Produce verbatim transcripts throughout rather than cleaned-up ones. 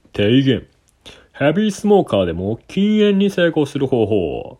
提言。ヘビースモーカーでも禁煙に成功する方法。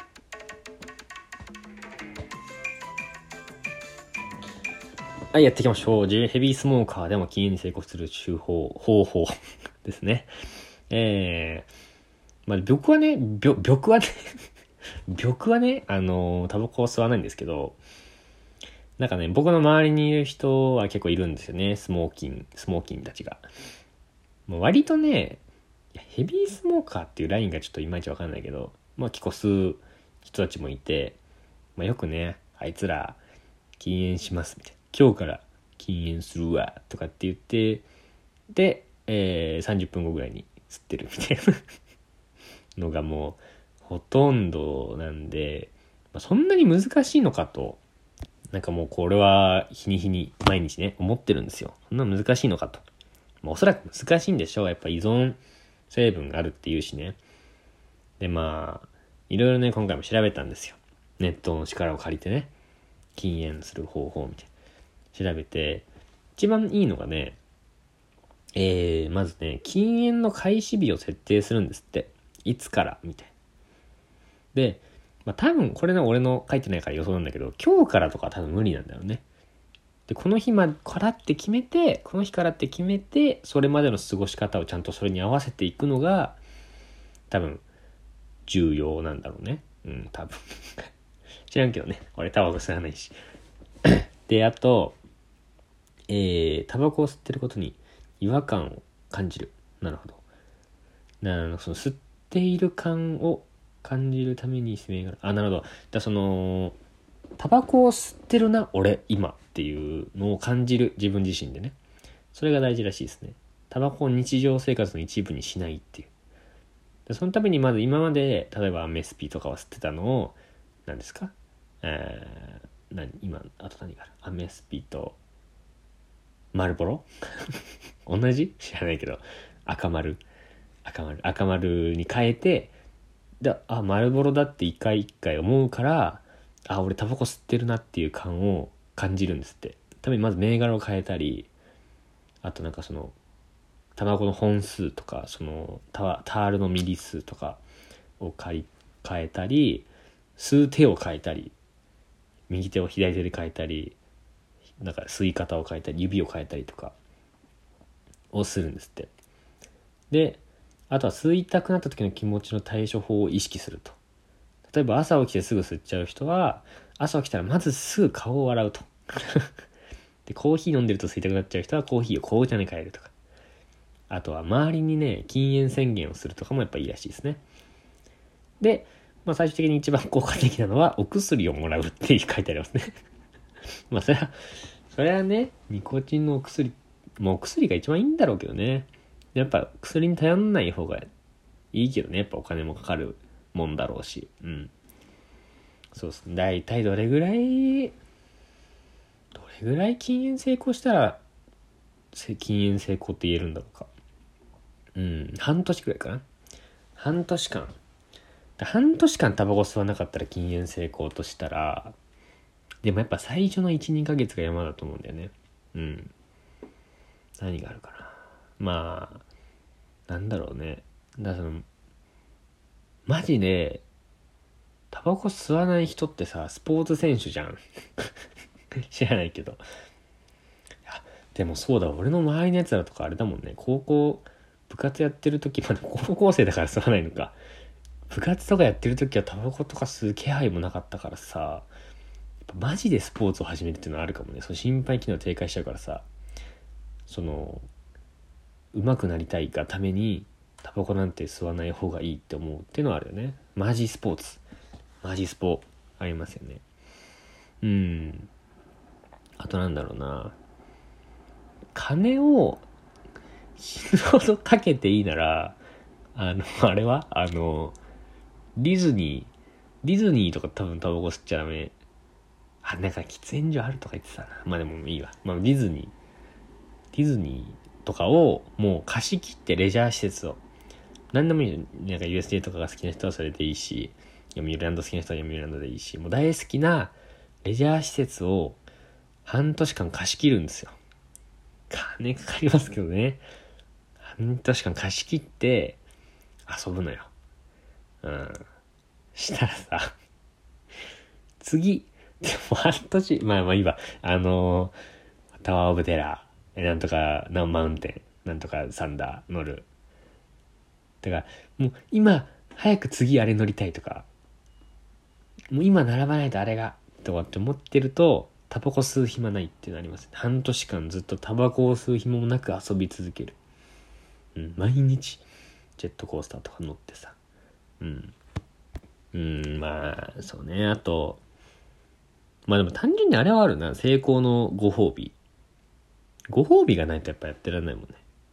はい、やっていきましょう。ヘビースモーカーでも禁煙に成功する手法、方法ですね。えー、まあ、僕はね、僕はね、僕はね、あのー、タバコを吸わないんですけど、なんかね、僕の周りにいる人は結構いるんですよね。スモーキン、スモーキンたちが。もう割とね、ヘビースモーカーっていうラインがちょっといまいちわかんないけど、まあ結構吸う人たちもいて、まあよくね、あいつら禁煙しますみたいな。今日から禁煙するわとかって言って、で、えー、さんじゅっぷんごぐらいに吸ってるみたいなのがもうほとんどなんで、まあ、そんなに難しいのかと、なんかもうこれは日に日に毎日ね思ってるんですよ。そんな難しいのかと。まあ、おそらく難しいんでしょう。やっぱ依存成分があるっていうしね。でまあいろいろね今回も調べたんですよ。ネットの力を借りてね、禁煙する方法みたいな調べて、一番いいのがね、えー、まずね禁煙の開始日を設定するんですって。いつからみたいな。でまあ多分これね俺の書いてないから予想なんだけど、今日からとか多分無理なんだよね。でこの日まからって決めてこの日からって決めてそれまでの過ごし方をちゃんとそれに合わせていくのが多分重要なんだろうね。うん多分知らんけどね、俺タバコ吸わないしであとえー、タバコを吸ってることに違和感を感じる。なるほど。なその吸っている感を感じるために指名がある。あ、なるほど。だそのタバコを吸ってるな俺今っていうのを感じる自分自身でね。それが大事らしいですね。タバコを日常生活の一部にしないっていう。でそのためにまず今まで例えばアメスピとかは吸ってたのを何ですか、えー、何今あと何がある、アメスピとマルボロ同じ知らないけど赤丸赤丸赤丸に変えて、であマルボロだって一回一回思うから、あ俺タバコ吸ってるなっていう感を感じるんですって。ためにまず銘柄を変えたり、あとなんかそのタバコの本数とかその タ, タールのミリ数とかを変えたり、吸う手を変えたり、右手を左手で変えたり、なんか吸い方を変えたり指を変えたりとかをするんですって。であとは吸いたくなった時の気持ちの対処法を意識すると。例えば朝起きてすぐ吸っちゃう人は朝起きたらまずすぐ顔を洗うとでコーヒー飲んでると吸いたくなっちゃう人はコーヒーを紅茶に変えるとか、あとは周りにね禁煙宣言をするとかもやっぱいいらしいですね。で、まあ、最終的に一番効果的なのはお薬をもらうって書いてありますねまあそれはそれはねニコチンのお薬もうお薬が一番いいんだろうけどね。やっぱ薬に頼んない方がいいけどね、やっぱお金もかかるもんだろうし、うん、そうですね。だいたいどれぐらいどれぐらい禁煙成功したら禁煙成功って言えるんだろうか。うん半年くらいかな。半年間半年間タバコ吸わなかったら禁煙成功としたら、でもやっぱ最初の いち,に ヶ月が山だと思うんだよね。うん何があるかな。まあなんだろうね。だからそのマジでタバコ吸わない人ってさスポーツ選手じゃん知らないけど、いやでもそうだ、俺の周りのやつらとかあれだもんね。高校部活やってる時まで高校生だから吸わないのか。部活とかやってる時はタバコとか吸う気配もなかったからさ、やっぱマジでスポーツを始めるっていうのはあるかもね。その心肺機能低下しちゃうからさ、その上手くなりたいがためにタバコなんて吸わない方がいいって思うっていうのはあるよね。マジスポーツマジスポありますよね。うんあとなんだろうな、金を死ぬほどかけていいなら、あのあれはあのディズニーディズニーとか多分タバコ吸っちゃダメ。あなんか喫煙所あるとか言ってたな。まあでもいいわ。まあディズニーディズニーとかをもう貸し切って、レジャー施設を何でもいいよ。なんか ユーエスジェー とかが好きな人はそれでいいし、読売ランド好きな人は読売ランドでいいし、もう大好きなレジャー施設を半年間貸し切るんですよ。金かかりますけどね。 半年間貸し切って遊ぶのよ。うん。したらさ、次、でも半年、まあまあいいわ。あのー、タワーオブテラー、なんとか、ナンマウンテン、なんとかサンダー乗る。だから、もう今、早く次あれ乗りたいとか、もう今並ばないとあれが、とかって思ってると、タバコ吸う暇ないっていうのあります。半年間ずっとタバコを吸う暇もなく遊び続ける。うん、毎日、ジェットコースターとか乗ってさ。うん。うん、まあ、そうね。あと、まあでも単純にあれはあるな。成功のご褒美。ご褒美がないとやっぱやってられないもんね。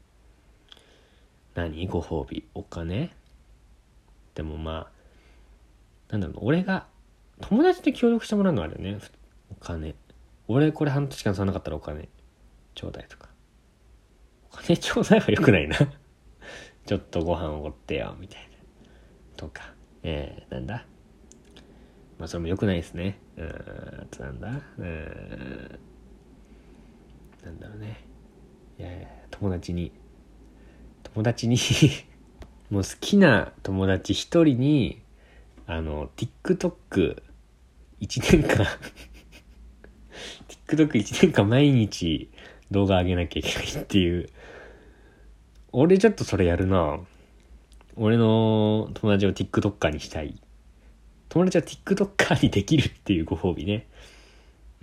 何ご褒美。お金でもまあ、なんだろう。俺が、友達と協力してもらうのあるよね。お金。俺これ半年間吸わなかったらお金ちょうだいとか。お金ちょうだいは良くないな。ちょっとご飯おごってよ、みたいな。とか。えー、なんだまあそれも良くないですね。うーん、つなんだうーん、なんだろうね。いやいや、友達に、友達にもう好きな友達一人に、あの、TikTok 一年間 TikTok 一年間毎日動画上げなきゃいけないっていう。俺ちょっとそれやるな。俺の友達を TikToker にしたい。友達は TikToker にできるっていうご褒美ね。うん。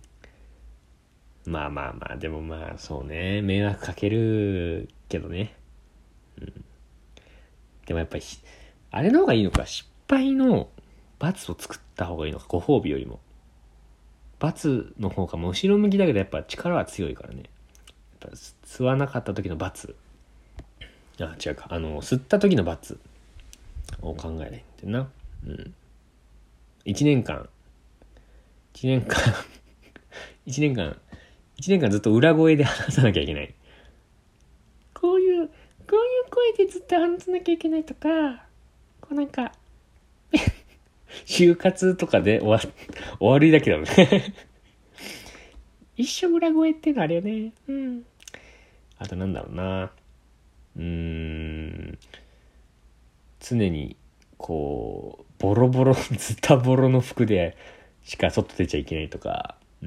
まあまあまあ、でもまあそうね。迷惑かけるけどね。うん。でもやっぱり、あれの方がいいのか。失敗の罰を作った方がいいのか。ご褒美よりも。罰の方がもう後ろ向きだけどやっぱ力は強いからね。やっぱ吸わなかった時の罰。あ、違うか。あの、吸った時の罰を考えないってな。うん。一年間、一年間、一年間、一年間ずっと裏声で話さなきゃいけない。こういう、こういう声でずっと話さなきゃいけないとか、こうなんか、就活とかで終わ、終わりだけどね。一生裏声っていうのあるよね。うん。あとなんだろうな。うーん。常に、こう、ボロボロ、ズタボロの服でしか外出ちゃいけないとか。うん。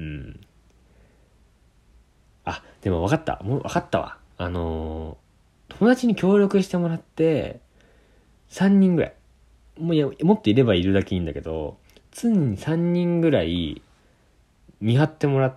あ、でも分かった。もう分かったわ。あのー、友達に協力してもらって、さんにんぐらい。もういや、もっといればいるだけいいんだけど、常にさんにんぐらい見張ってもらって、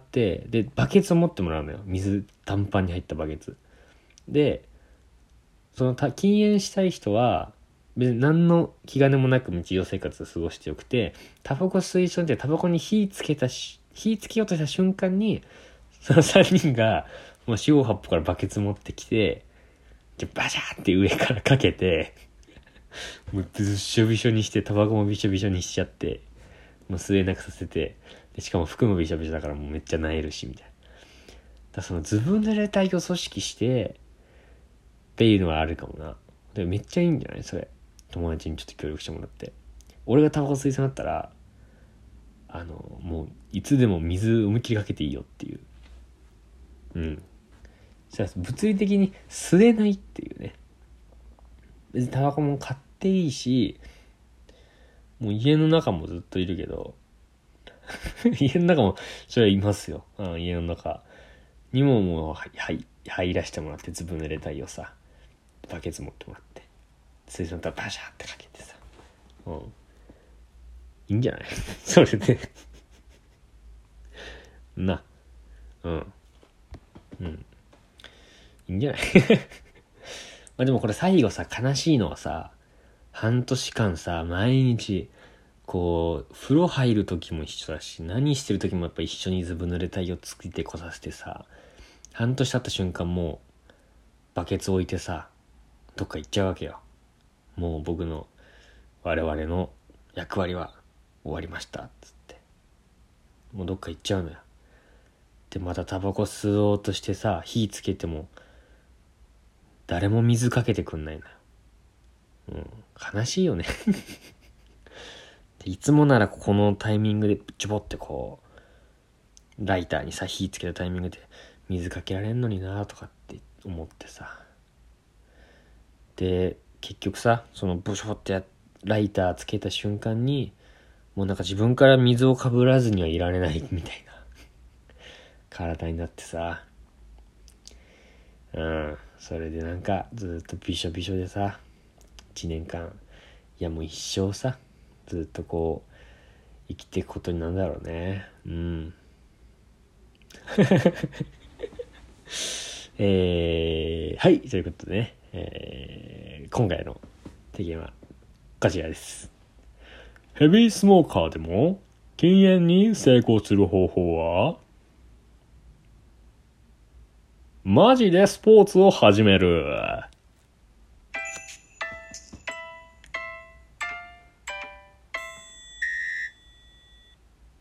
で、バケツを持ってもらうのよ。水、短パンに入ったバケツ。で、そのた禁煙したい人は、別に何の気兼ねもなく日常生活を過ごしてよくて、タバコ推奨でタバコに火つけたし、火つけようとした瞬間に、そのさんにんが、もう四方八方からバケツ持ってきて、じゃバシャーって上からかけて、もうびしょびしょにして、タバコもびしょびしょにしちゃって、もう吸えなくさせて、でしかも服もびしょびしょだからもうめっちゃ萎えるし、みたいな。だからそのずぶ濡れ隊を組織して、っていうのはあるかもな。でめっちゃいいんじゃないそれ。友達にちょっと協力してもらって。俺がタバコ吸いそうになったら、あの、もう、いつでも水思いっきりかけていいよっていう。うん。そしたら物理的に吸えないっていうね。別にタバコも買っていいし、もう家の中もずっといるけど、家の中もそれはいますよ。うん、家の中にももう、はい、はい、入らしてもらって、ずぶ濡れたいをさ、バケツ持ってもらって、水槽にバシャーってかけてさ、うん。いいんじゃないそれで。な。うん。うん。いいんじゃないまあでもこれ最後さ、悲しいのはさ、半年間さ、毎日、こう、風呂入る時も一緒だし、何してる時もやっぱ一緒にずぶ濡れたいを作ってこさせてさ、半年経った瞬間もう、バケツ置いてさ、どっか行っちゃうわけよ。もう僕の、我々の役割は終わりました、つって。もうどっか行っちゃうのよ。で、またタバコ吸おうとしてさ、火つけても、誰も水かけてくんないのよ。うん、悲しいよねいつもならこのタイミングでちょぼってこう、ライターにさ、火つけたタイミングで水かけられんのになとかって思ってさ、 で結局さ、そのボショってやライターつけた瞬間にもうなんか自分から水をかぶらずにはいられないみたいな体になってさ、うん、それでなんかずっとびしょびしょでさ、いちねんかん、いやもう一生さ、ずっとこう生きていくことになるんだろうね。うん。えー、はい、ということでね、えー、今回の提言はこちらです。ヘビースモーカーでも禁煙に成功する方法は、マジでスポーツを始める。